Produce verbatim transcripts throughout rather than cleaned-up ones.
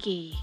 Oke.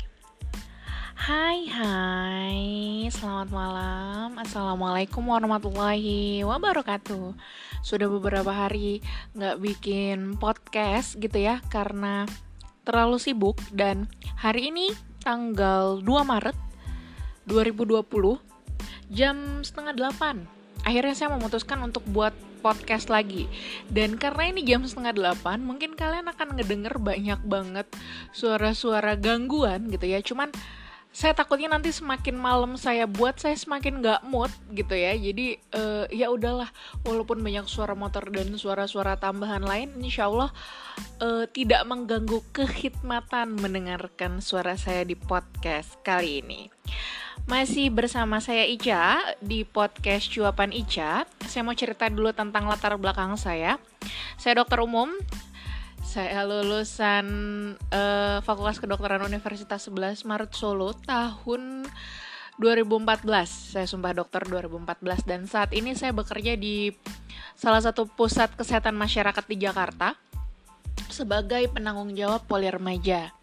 Hai hai, selamat malam. Assalamualaikum warahmatullahi wabarakatuh. Sudah beberapa hari gak bikin podcast gitu ya, karena terlalu sibuk. Dan hari ini tanggal dua Maret dua ribu dua puluh, jam setengah delapan, akhirnya saya memutuskan untuk buat podcast lagi. Dan karena ini jam setengah delapan, mungkin kalian akan ngedenger banyak banget suara-suara gangguan gitu ya. Cuman saya takutnya nanti semakin malam saya buat, saya semakin gak mood gitu ya. Jadi uh, ya udahlah, walaupun banyak suara motor dan suara-suara tambahan lain, insya Allah uh, tidak mengganggu kekhidmatan mendengarkan suara saya di podcast kali ini. Masih bersama saya Ica di podcast Cuapan Ica. Saya mau cerita dulu tentang latar belakang saya. Saya dokter umum. Saya lulusan uh, Fakultas Kedokteran Universitas sebelas Maret Solo tahun dua ribu empat belas. Saya sumpah dokter dua ribu empat belas dan saat ini saya bekerja di salah satu pusat kesehatan masyarakat di Jakarta sebagai penanggung jawab poli remaja.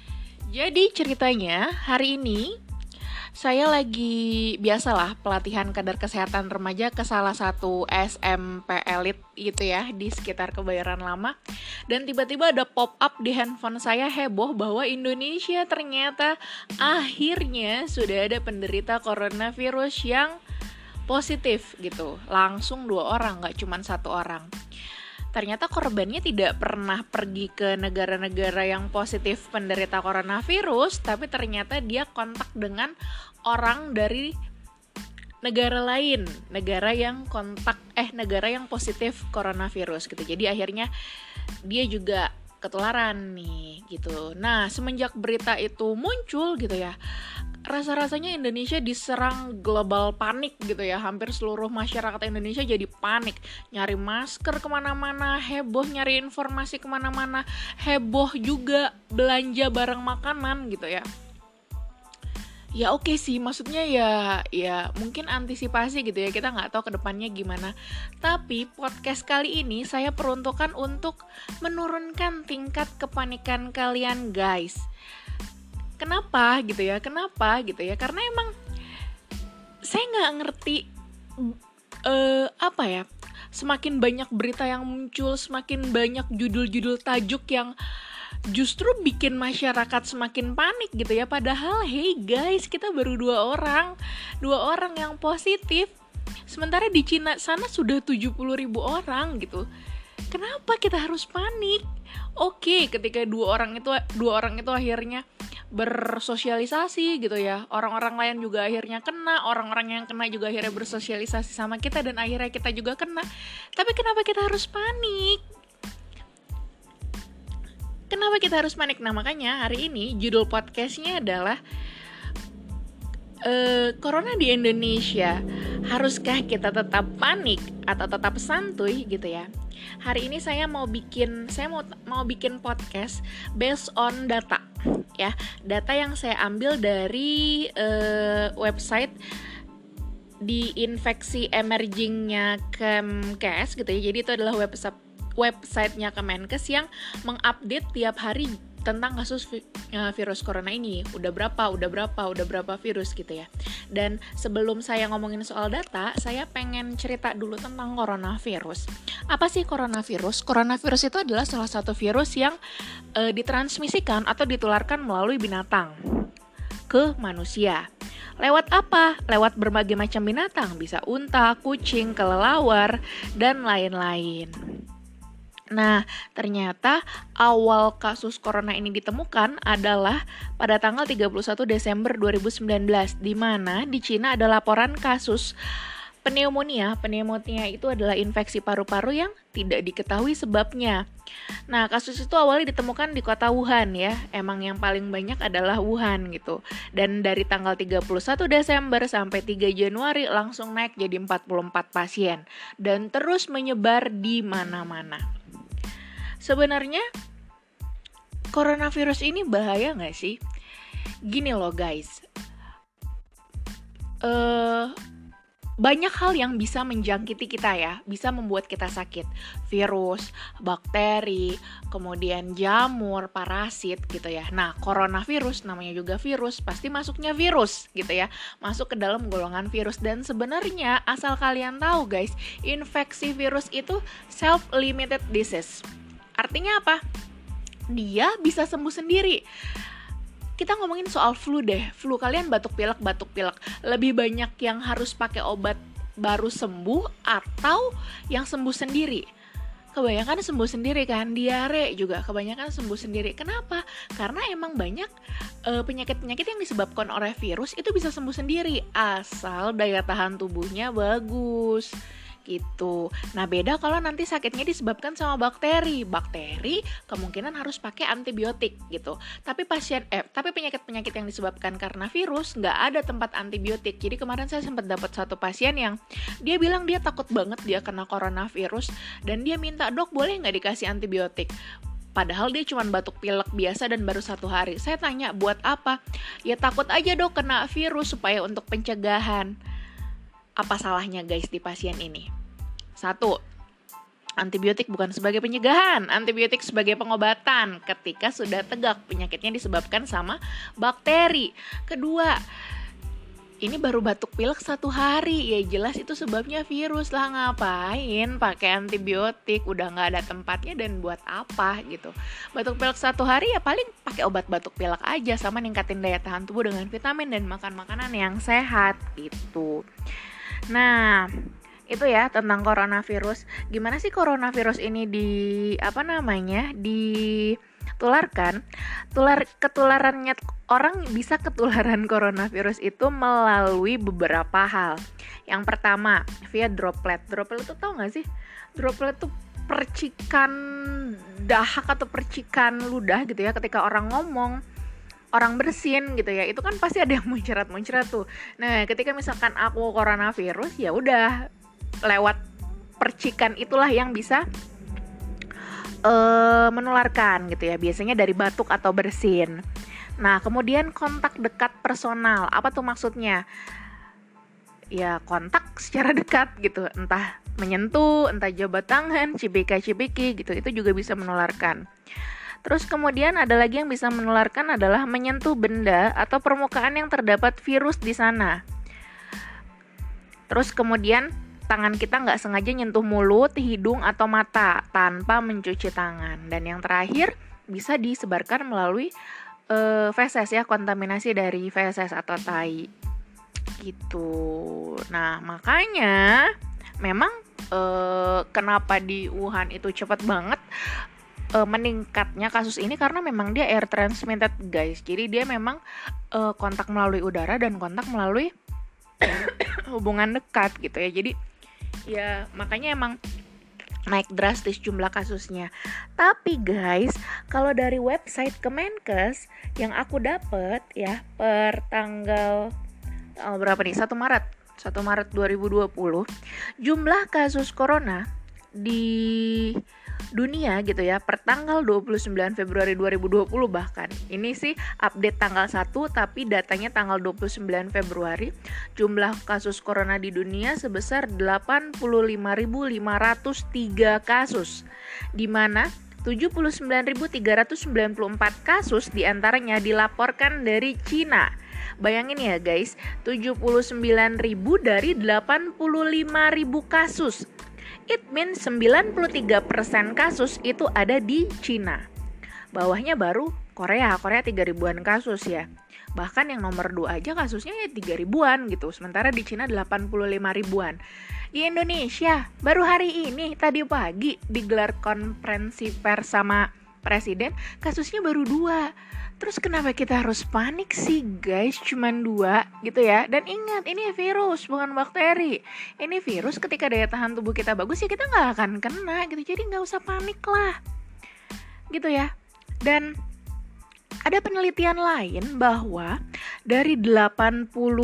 Jadi ceritanya hari ini saya lagi biasalah pelatihan kadar kesehatan remaja ke salah satu S M P elit gitu ya di sekitar Kebayoran Lama. Dan tiba-tiba ada pop up di handphone saya heboh bahwa Indonesia ternyata akhirnya sudah ada penderita coronavirus yang positif gitu. Langsung dua orang, gak cuma satu orang. Ternyata korbannya tidak pernah pergi ke negara-negara yang positif penderita coronavirus, tapi ternyata dia kontak dengan orang dari negara lain, negara yang kontak eh negara yang positif coronavirus gitu. Jadi akhirnya dia juga ketularan nih gitu. Nah, semenjak berita itu muncul gitu ya, rasa-rasanya Indonesia diserang global panik gitu ya. Hampir seluruh masyarakat Indonesia jadi panik, nyari masker kemana-mana, heboh nyari informasi kemana-mana, heboh juga belanja barang makanan gitu ya. Ya oke okay sih, maksudnya ya ya mungkin antisipasi gitu ya, kita nggak tahu kedepannya gimana. Tapi podcast kali ini saya peruntukkan untuk menurunkan tingkat kepanikan kalian guys. Kenapa gitu ya? Kenapa gitu ya? Karena emang saya nggak ngerti uh, apa ya. Semakin banyak berita yang muncul, semakin banyak judul-judul tajuk yang justru bikin masyarakat semakin panik gitu ya. Padahal hey guys, kita baru dua orang, dua orang yang positif. Sementara di Cina sana sudah tujuh puluh ribu orang gitu. Kenapa kita harus panik? Oke, ketika dua orang itu dua orang itu akhirnya bersosialisasi gitu ya, orang-orang lain juga akhirnya kena, orang-orang yang kena juga akhirnya bersosialisasi sama kita dan akhirnya kita juga kena. Tapi kenapa kita harus panik? Kenapa kita harus panik? Nah makanya hari ini judul podcastnya adalah uh, Corona di Indonesia, haruskah kita tetap panik atau tetap santuy gitu ya? Hari ini saya mau bikin saya mau mau bikin podcast based on data ya, data yang saya ambil dari uh, website di infeksi emergingnya Kemkes gitu ya. Jadi itu adalah website websitenya Kemenkes yang mengupdate tiap hari tentang kasus vi- virus corona ini. Udah berapa, udah berapa, udah berapa virus gitu ya. Dan sebelum saya ngomongin soal data, saya pengen cerita dulu tentang coronavirus. Apa sih coronavirus? Coronavirus itu adalah salah satu virus yang e, ditransmisikan atau ditularkan melalui binatang ke manusia. Lewat apa? Lewat berbagai macam binatang. Bisa unta, kucing, kelelawar, dan lain-lain. Nah, ternyata awal kasus corona ini ditemukan adalah pada tanggal tiga puluh satu Desember dua ribu sembilan belas, di mana di Cina ada laporan kasus pneumonia. Pneumonia itu adalah infeksi paru-paru yang tidak diketahui sebabnya. Nah, kasus itu awalnya ditemukan di kota Wuhan ya. Emang yang paling banyak adalah Wuhan gitu. Dan dari tanggal tiga puluh satu Desember sampai tiga Januari langsung naik jadi empat puluh empat pasien dan terus menyebar di mana-mana. Sebenarnya coronavirus ini bahaya gak sih? Gini loh guys, uh, banyak hal yang bisa menjangkiti kita ya, bisa membuat kita sakit. Virus, bakteri, kemudian jamur, parasit gitu ya. Nah, coronavirus namanya juga virus, pasti masuknya virus gitu ya. Masuk ke dalam golongan virus. Dan sebenarnya asal kalian tahu guys, infeksi virus itu self-limited disease. Artinya apa? Dia bisa sembuh sendiri. Kita ngomongin soal flu deh. Flu kalian batuk pilek, batuk pilek. Lebih banyak yang harus pakai obat baru sembuh atau yang sembuh sendiri? Kebanyakan sembuh sendiri kan. Diare juga kebanyakan sembuh sendiri. Kenapa? Karena emang banyak uh, penyakit-penyakit yang disebabkan oleh virus itu bisa sembuh sendiri asal daya tahan tubuhnya bagus. Gitu. Nah, beda kalau nanti sakitnya disebabkan sama bakteri. Bakteri kemungkinan harus pakai antibiotik gitu. Tapi pasien eh tapi penyakit-penyakit yang disebabkan karena virus nggak ada tempat antibiotik. Jadi kemarin saya sempat dapat satu pasien yang dia bilang dia takut banget dia kena coronavirus dan dia minta, "Dok, boleh nggak dikasih antibiotik?" Padahal dia cuma batuk pilek biasa dan baru satu hari. Saya tanya, buat apa? Ya takut aja dok kena virus supaya untuk pencegahan. Apa salahnya guys di pasien ini? Satu, antibiotik bukan sebagai pencegahan, antibiotik sebagai pengobatan ketika sudah tegak penyakitnya disebabkan sama bakteri. Kedua, ini baru batuk pilek satu hari, ya jelas itu sebabnya virus lah, ngapain pakai antibiotik, udah nggak ada tempatnya dan buat apa gitu. Batuk pilek satu hari ya paling pakai obat batuk pilek aja sama ningkatin daya tahan tubuh dengan vitamin dan makan makanan yang sehat gitu. Nah, itu ya tentang coronavirus. Gimana sih coronavirus ini di apa namanya? ditularkan? Tular ketularannya orang bisa ketularan coronavirus itu melalui beberapa hal. Yang pertama, via droplet. Droplet itu tahu enggak sih? Droplet itu percikan dahak atau percikan ludah gitu ya ketika orang ngomong, orang bersin gitu ya, itu kan pasti ada yang muncrat-muncrat tuh. Nah, ketika misalkan aku coronavirus, ya udah lewat percikan itulah yang bisa uh, menularkan gitu ya, biasanya dari batuk atau bersin. Nah, kemudian kontak dekat personal, apa tuh maksudnya? Ya kontak secara dekat gitu, entah menyentuh, entah jabat tangan, cipika-cipiki gitu, itu juga bisa menularkan. Terus kemudian ada lagi yang bisa menularkan adalah menyentuh benda atau permukaan yang terdapat virus di sana. Terus kemudian tangan kita nggak sengaja nyentuh mulut, hidung, atau mata tanpa mencuci tangan. Dan yang terakhir bisa disebarkan melalui uh, feses ya, kontaminasi dari feses atau tai gitu. Nah makanya memang uh, kenapa di Wuhan itu cepat banget uh, meningkatnya kasus ini, karena memang dia air transmitted guys. Jadi dia memang uh, kontak melalui udara dan kontak melalui hubungan dekat gitu ya. Jadi ya makanya emang naik drastis jumlah kasusnya. Tapi guys, kalau dari website Kemenkes yang aku dapet ya per tanggal tanggal berapa nih? satu Maret dua ribu dua puluh, jumlah kasus corona di dunia gitu ya per tanggal dua puluh sembilan Februari dua ribu dua puluh, bahkan ini sih update tanggal satu tapi datanya tanggal dua puluh sembilan Februari, jumlah kasus corona di dunia sebesar delapan puluh lima ribu lima ratus tiga kasus, di mana tujuh puluh sembilan ribu tiga ratus sembilan puluh empat kasus diantaranya dilaporkan dari Cina. Bayangin ya guys, tujuh puluh sembilan ribu dari delapan puluh lima ribu kasus. It means sembilan puluh tiga persen kasus itu ada di Cina. Bawahnya baru Korea, Korea tiga ribuan kasus ya. Bahkan yang nomor dua aja kasusnya ya tiga ribuan gitu. Sementara di Cina delapan puluh lima ribuan. Di Indonesia baru hari ini tadi pagi digelar konferensi pers sama presiden, kasusnya baru dua. Terus kenapa kita harus panik sih guys, cuman dua gitu ya. Dan ingat, ini virus bukan bakteri. Ini virus, ketika daya tahan tubuh kita bagus ya kita gak akan kena gitu. Jadi gak usah panik lah gitu ya. Dan ada penelitian lain bahwa dari delapan puluh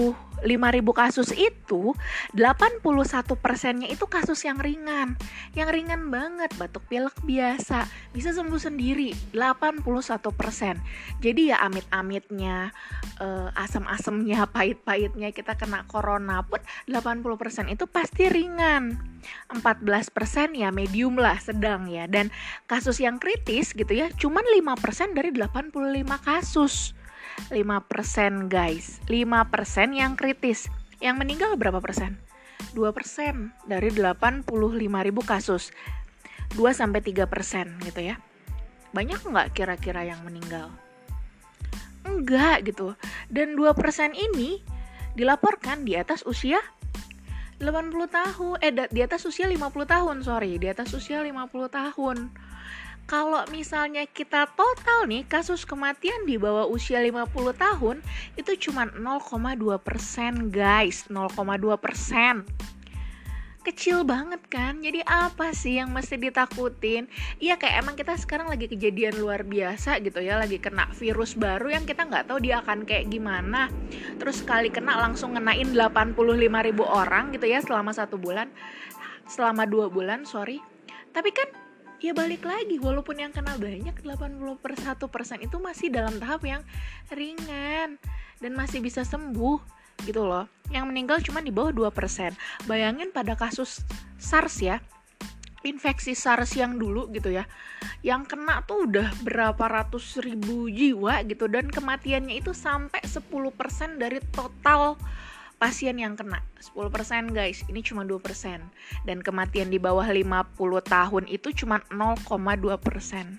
lima ribu kasus itu delapan puluh satu persennya itu kasus yang ringan. Yang ringan banget, batuk pilek biasa, bisa sembuh sendiri, delapan puluh satu persen. Jadi ya amit-amitnya, uh, asam-asamnya, pahit-pahitnya kita kena corona pun delapan puluh persen itu pasti ringan. empat belas persen ya medium lah, sedang ya. Dan kasus yang kritis gitu ya, cuman lima persen dari delapan puluh lima kasus. lima persen guys, lima persen yang kritis. Yang meninggal berapa persen? dua persen dari delapan puluh lima ribu kasus. dua sampai tiga persen gitu ya. Banyak nggak kira-kira yang meninggal? Enggak gitu. Dan dua persen ini dilaporkan di atas usia delapan puluh tahun. Eh di atas usia lima puluh tahun, sorry. Di atas usia lima puluh tahun. Kalau misalnya kita total nih kasus kematian di bawah usia lima puluh tahun itu cuma nol koma dua persen guys, nol koma dua persen. Kecil banget kan? Jadi apa sih yang mesti ditakutin? Iya kayak emang kita sekarang lagi kejadian luar biasa gitu ya, lagi kena virus baru yang kita nggak tahu dia akan kayak gimana. Terus sekali kena langsung ngenain delapan puluh lima ribu orang gitu ya selama satu bulan, selama dua bulan sorry. Tapi kan ya balik lagi, walaupun yang kena banyak delapan puluh satu persen itu masih dalam tahap yang ringan dan masih bisa sembuh gitu loh. Yang meninggal cuma di bawah dua persen. Bayangin pada kasus SARS ya, infeksi SARS yang dulu gitu ya, yang kena tuh udah berapa ratus ribu jiwa gitu, dan kematiannya itu sampai sepuluh persen dari total pasien yang kena. Sepuluh persen guys, ini cuma dua persen. Dan kematian di bawah lima puluh tahun itu cuma nol koma dua persen.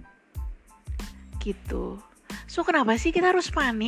Gitu. So kenapa sih kita harus panik?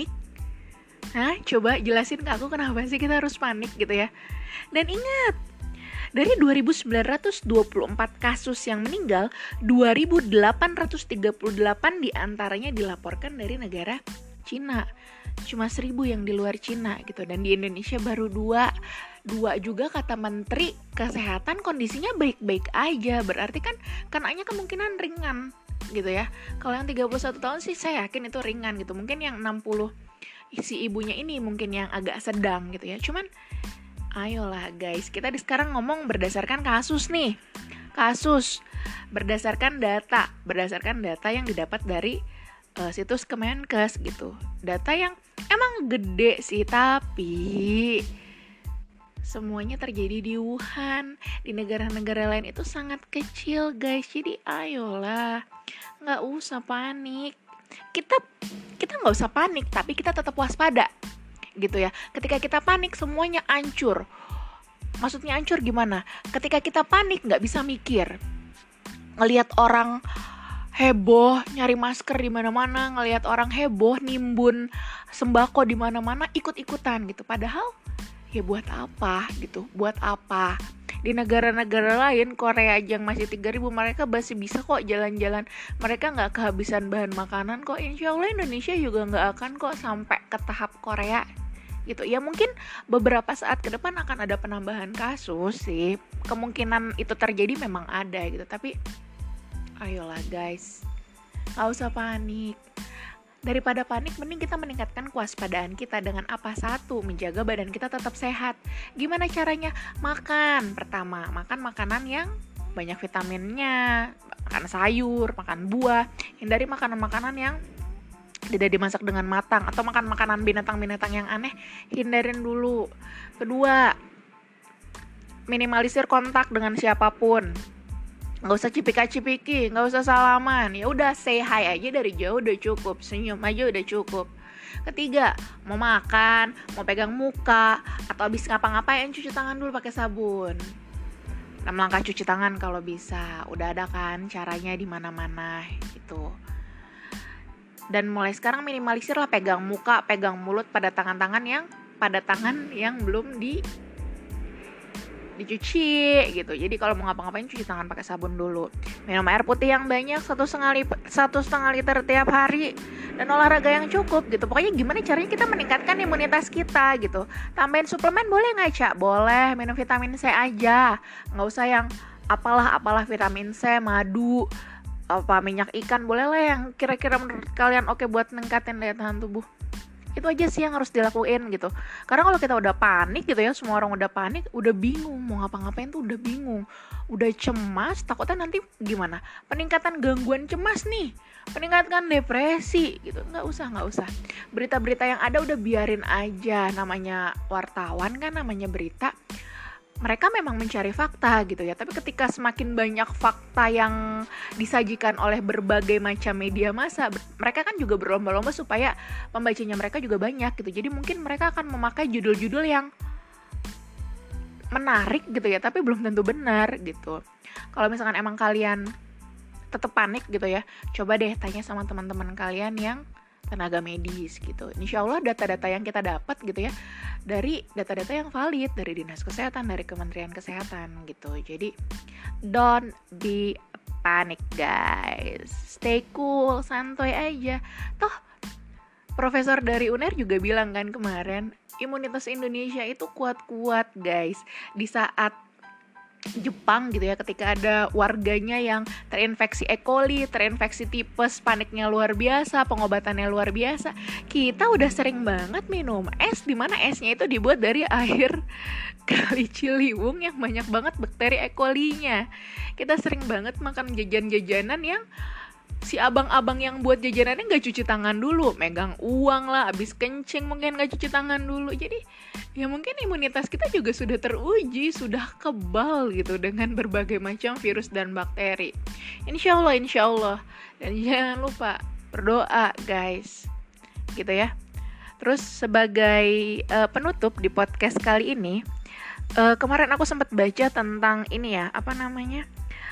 Hah? Coba jelasin ke aku kenapa sih kita harus panik gitu ya. Dan ingat, dari dua ribu sembilan ratus dua puluh empat kasus yang meninggal, dua ribu delapan ratus tiga puluh delapan diantaranya dilaporkan dari negara Cina. Cuma seribu yang di luar Cina gitu. Dan di Indonesia baru dua. Dua juga kata Menteri Kesehatan kondisinya baik-baik aja. Berarti kan kenanya kemungkinan ringan gitu ya. Kalau yang tiga puluh satu tahun sih saya yakin itu ringan gitu. Mungkin yang enam puluh si ibunya ini mungkin yang agak sedang gitu ya. Cuman ayolah guys, kita di sekarang ngomong berdasarkan kasus nih. Kasus berdasarkan data, berdasarkan data yang didapat dari uh, situs Kemenkes gitu. Data yang emang gede sih, tapi semuanya terjadi di Wuhan. Di negara-negara lain itu sangat kecil guys. Jadi ayolah, nggak usah panik. Kita kita nggak usah panik, tapi kita tetap waspada gitu ya. Ketika kita panik semuanya hancur. Maksudnya hancur gimana? Ketika kita panik nggak bisa mikir, ngelihat orang heboh nyari masker di mana-mana, ngelihat orang heboh nimbun sembako di mana-mana, ikut-ikutan gitu. Padahal ya buat apa gitu? Buat apa? Di negara-negara lain, Korea aja yang masih tiga ribu, mereka masih bisa kok jalan-jalan. Mereka gak kehabisan bahan makanan kok. Insya Allah Indonesia juga gak akan kok sampai ke tahap Korea gitu. Ya mungkin beberapa saat ke depan akan ada penambahan kasus sih. Kemungkinan itu terjadi memang ada gitu. Tapi ayolah guys, gak usah panik. Daripada panik, mending kita meningkatkan kewaspadaan kita dengan apa? Satu, menjaga badan kita tetap sehat. Gimana caranya? Makan. Pertama, makan makanan yang banyak vitaminnya, makan sayur, makan buah. Hindari makanan-makanan yang tidak dimasak dengan matang, atau makan makanan binatang-binatang yang aneh, hindarin dulu. Kedua, minimalisir kontak dengan siapapun. Nggak usah cipika-cipiki, nggak usah salaman. Ya udah say hi aja dari jauh udah cukup, senyum aja udah cukup. Ketiga, mau makan, mau pegang muka, atau habis ngapa-ngapain cuci tangan dulu pakai sabun. enam langkah cuci tangan kalau bisa. Udah ada kan caranya di mana-mana gitu. Dan mulai sekarang minimalisir lah pegang muka, pegang mulut pada tangan-tangan yang pada tangan yang belum di dicuci gitu. Jadi kalau mau ngapa-ngapain cuci tangan pakai sabun dulu. Minum air putih yang banyak, satu setengah liter, satu setengah liter tiap hari, dan olahraga yang cukup gitu. Pokoknya gimana caranya kita meningkatkan imunitas kita gitu. Tambahin suplemen boleh nggak Cak? Boleh. Minum vitamin C aja, nggak usah yang apalah-apalah vitamin C, madu, apa minyak ikan, boleh lah yang kira-kira menurut kalian oke buat meningkatin daya tahan tubuh. Itu aja sih yang harus dilakuin gitu. Karena kalau kita udah panik gitu ya, semua orang udah panik, udah bingung mau ngapa-ngapain tuh, udah bingung, udah cemas, takutnya nanti gimana, peningkatan gangguan cemas nih, peningkatan depresi gitu. Nggak usah, nggak usah. Berita-berita yang ada udah biarin aja, namanya wartawan kan, namanya berita, mereka memang mencari fakta gitu ya. Tapi ketika semakin banyak fakta yang disajikan oleh berbagai macam media massa, mereka kan juga berlomba-lomba supaya pembacanya mereka juga banyak gitu. Jadi mungkin mereka akan memakai judul-judul yang menarik gitu ya, tapi belum tentu benar gitu. Kalau misalkan emang kalian tetap panik gitu ya, coba deh tanya sama teman-teman kalian yang tenaga medis gitu. Insya Allah data-data yang kita dapat gitu ya, dari data-data yang valid dari Dinas Kesehatan, dari Kementerian Kesehatan gitu. Jadi don't be panic guys, stay cool, santuy aja. Toh profesor dari U N E R juga bilang kan kemarin, imunitas Indonesia itu kuat-kuat guys. Di saat Jepang gitu ya, ketika ada warganya yang terinfeksi E. coli, terinfeksi tipes, paniknya luar biasa, pengobatannya luar biasa. Kita udah sering banget minum es, dimana esnya itu dibuat dari air Kali Ciliwung yang banyak banget bakteri E. coli-nya. Kita sering banget makan jajan-jajanan yang si abang-abang yang buat jajanannya gak cuci tangan dulu, megang uang lah, abis kencing mungkin gak cuci tangan dulu. Jadi ya mungkin imunitas kita juga sudah teruji, sudah kebal gitu dengan berbagai macam virus dan bakteri. Insya Allah, insya Allah. Dan jangan lupa berdoa guys, gitu ya. Terus sebagai uh, penutup di podcast kali ini, uh, kemarin aku sempat baca tentang ini ya, apa namanya,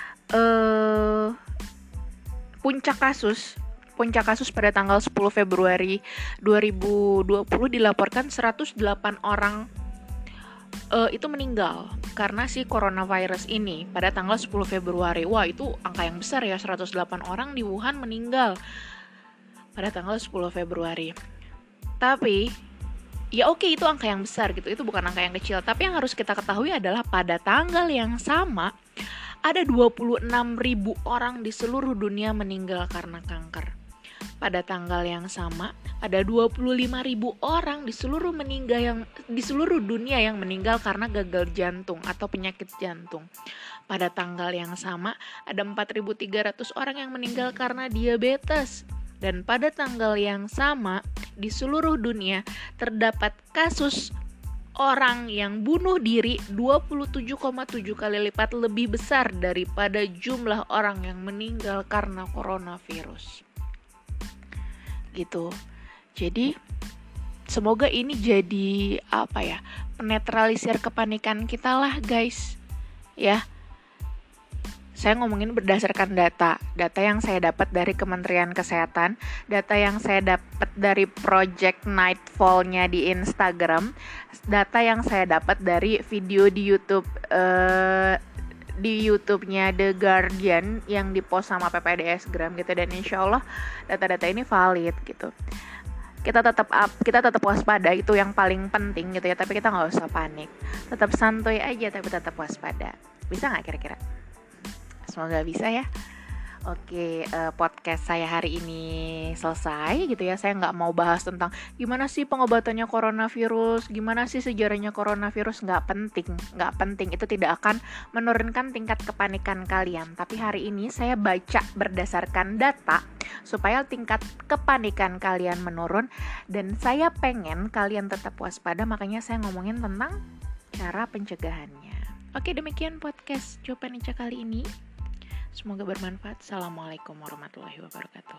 uh, puncak kasus puncak kasus pada tanggal sepuluh Februari dua ribu dua puluh dilaporkan seratus delapan orang uh, itu meninggal karena si coronavirus ini pada tanggal sepuluh Februari. Wah, itu angka yang besar ya, seratus delapan orang di Wuhan meninggal pada tanggal sepuluh Februari. Tapi ya oke, itu angka yang besar gitu, itu bukan angka yang kecil. Tapi yang harus kita ketahui adalah pada tanggal yang sama ada dua puluh enam ribu orang di seluruh dunia meninggal karena kanker. Pada tanggal yang sama, ada dua puluh lima ribu orang di seluruh meninggal yang di seluruh dunia yang meninggal karena gagal jantung atau penyakit jantung. Pada tanggal yang sama, ada empat ribu tiga ratus orang yang meninggal karena diabetes. Dan pada tanggal yang sama, di seluruh dunia terdapat kasus orang yang bunuh diri dua puluh tujuh koma tujuh kali lipat lebih besar daripada jumlah orang yang meninggal karena coronavirus. Gitu. Jadi semoga ini jadi apa ya, penetralisir kepanikan kita lah guys. Ya. Saya ngomongin berdasarkan data, data yang saya dapat dari Kementerian Kesehatan, data yang saya dapat dari Project Nightfall-nya di Instagram, data yang saya dapat dari video di YouTube uh, di YouTube-nya The Guardian yang dipost sama P P D S Gram gitu, dan insya Allah data-data ini valid gitu. Kita tetap up, kita tetap waspada, itu yang paling penting gitu ya. Tapi kita nggak usah panik, tetap santuy aja tapi tetap waspada. Bisa nggak kira-kira? Semoga bisa ya. Oke, uh, podcast saya hari ini selesai gitu ya. Saya nggak mau bahas tentang gimana sih pengobatannya coronavirus, gimana sih sejarahnya coronavirus. Nggak penting, nggak penting. Itu tidak akan menurunkan tingkat kepanikan kalian. Tapi hari ini saya baca berdasarkan data supaya tingkat kepanikan kalian menurun. Dan saya pengen kalian tetap waspada, makanya saya ngomongin tentang cara pencegahannya. Oke, demikian podcast Jawaban Ica kali ini. Semoga bermanfaat. Assalamualaikum warahmatullahi wabarakatuh.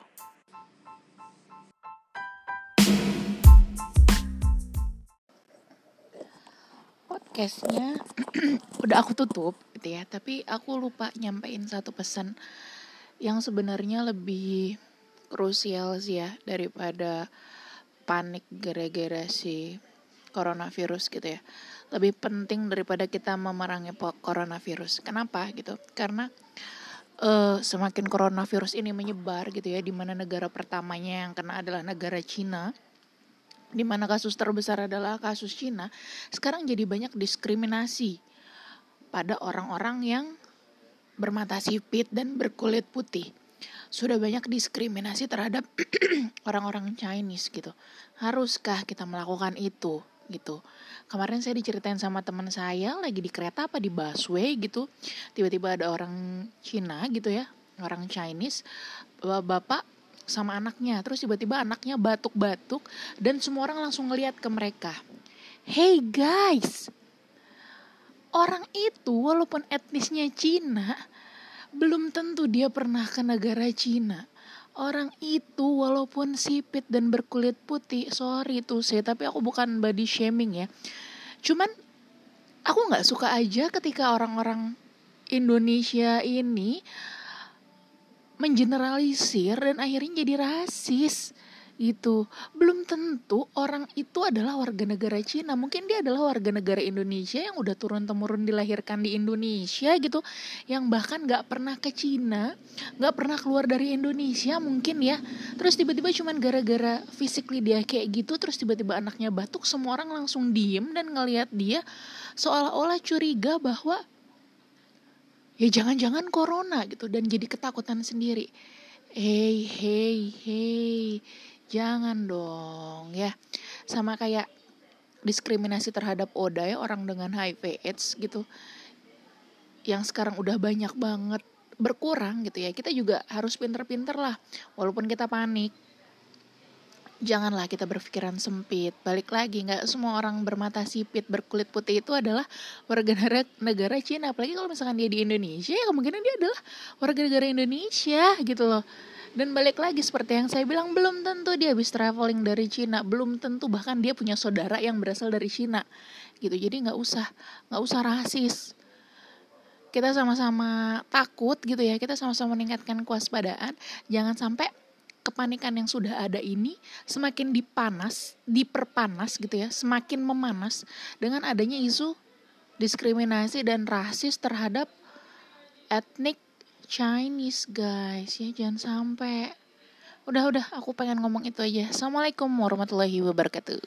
Podcastnya udah aku tutup gitu ya, tapi aku lupa nyampein satu pesan yang sebenarnya lebih krusial sih ya daripada panik gara-gara si coronavirus gitu ya. Lebih penting daripada kita memerangi coronavirus. Kenapa gitu? Karena Uh, semakin coronavirus ini menyebar gitu ya, di mana negara pertamanya yang kena adalah negara Cina, di mana kasus terbesar adalah kasus Cina. Sekarang jadi banyak diskriminasi pada orang-orang yang bermata sipit dan berkulit putih. sudah banyak diskriminasi terhadap orang-orang Chinese gitu. Haruskah kita melakukan itu gitu? Kemarin saya diceritain sama teman saya lagi di kereta apa di busway gitu, tiba-tiba ada orang Cina gitu ya, orang Chinese, bapak sama anaknya, terus tiba-tiba anaknya batuk-batuk dan semua orang langsung ngeliat ke mereka. Hey guys, orang itu walaupun etnisnya Cina, belum tentu dia pernah ke negara Cina. Orang itu walaupun sipit dan berkulit putih, sorry tuh saya, tapi aku bukan body shaming ya. Cuman aku gak suka aja ketika orang-orang Indonesia ini mengeneralisir dan akhirnya jadi rasis gitu. Belum tentu orang itu adalah warga negara Cina, mungkin dia adalah warga negara Indonesia yang udah turun-temurun dilahirkan di Indonesia gitu, yang bahkan gak pernah ke Cina, gak pernah keluar dari Indonesia mungkin ya. Terus tiba-tiba cuman gara-gara physically dia kayak gitu, terus tiba-tiba anaknya batuk, semua orang langsung diem dan ngelihat dia seolah-olah curiga bahwa ya jangan-jangan corona gitu, dan jadi ketakutan sendiri. Hey, hey, hey, jangan dong ya. Sama kayak diskriminasi terhadap Oda ya, orang dengan H I V AIDS gitu, yang sekarang udah banyak banget berkurang gitu ya. Kita juga harus pinter-pinter lah, walaupun kita panik. Janganlah kita berpikiran sempit. Balik lagi, gak semua orang bermata sipit, berkulit putih itu adalah warga negara, negara Cina. Apalagi kalau misalkan dia di Indonesia, ya kemungkinan dia adalah warga negara Indonesia gitu loh. Dan balik lagi seperti yang saya bilang, belum tentu dia habis traveling dari Cina, belum tentu bahkan dia punya saudara yang berasal dari Cina gitu. Jadi gak usah, gak usah rasis. Kita sama-sama takut gitu ya, kita sama-sama meningkatkan kewaspadaan. Jangan sampai kepanikan yang sudah ada ini semakin dipanas, diperpanas gitu ya, semakin memanas dengan adanya isu diskriminasi dan rasis terhadap etnik Chinese guys ya. Jangan sampai. Udah-udah aku pengen ngomong itu aja. Assalamualaikum warahmatullahi wabarakatuh.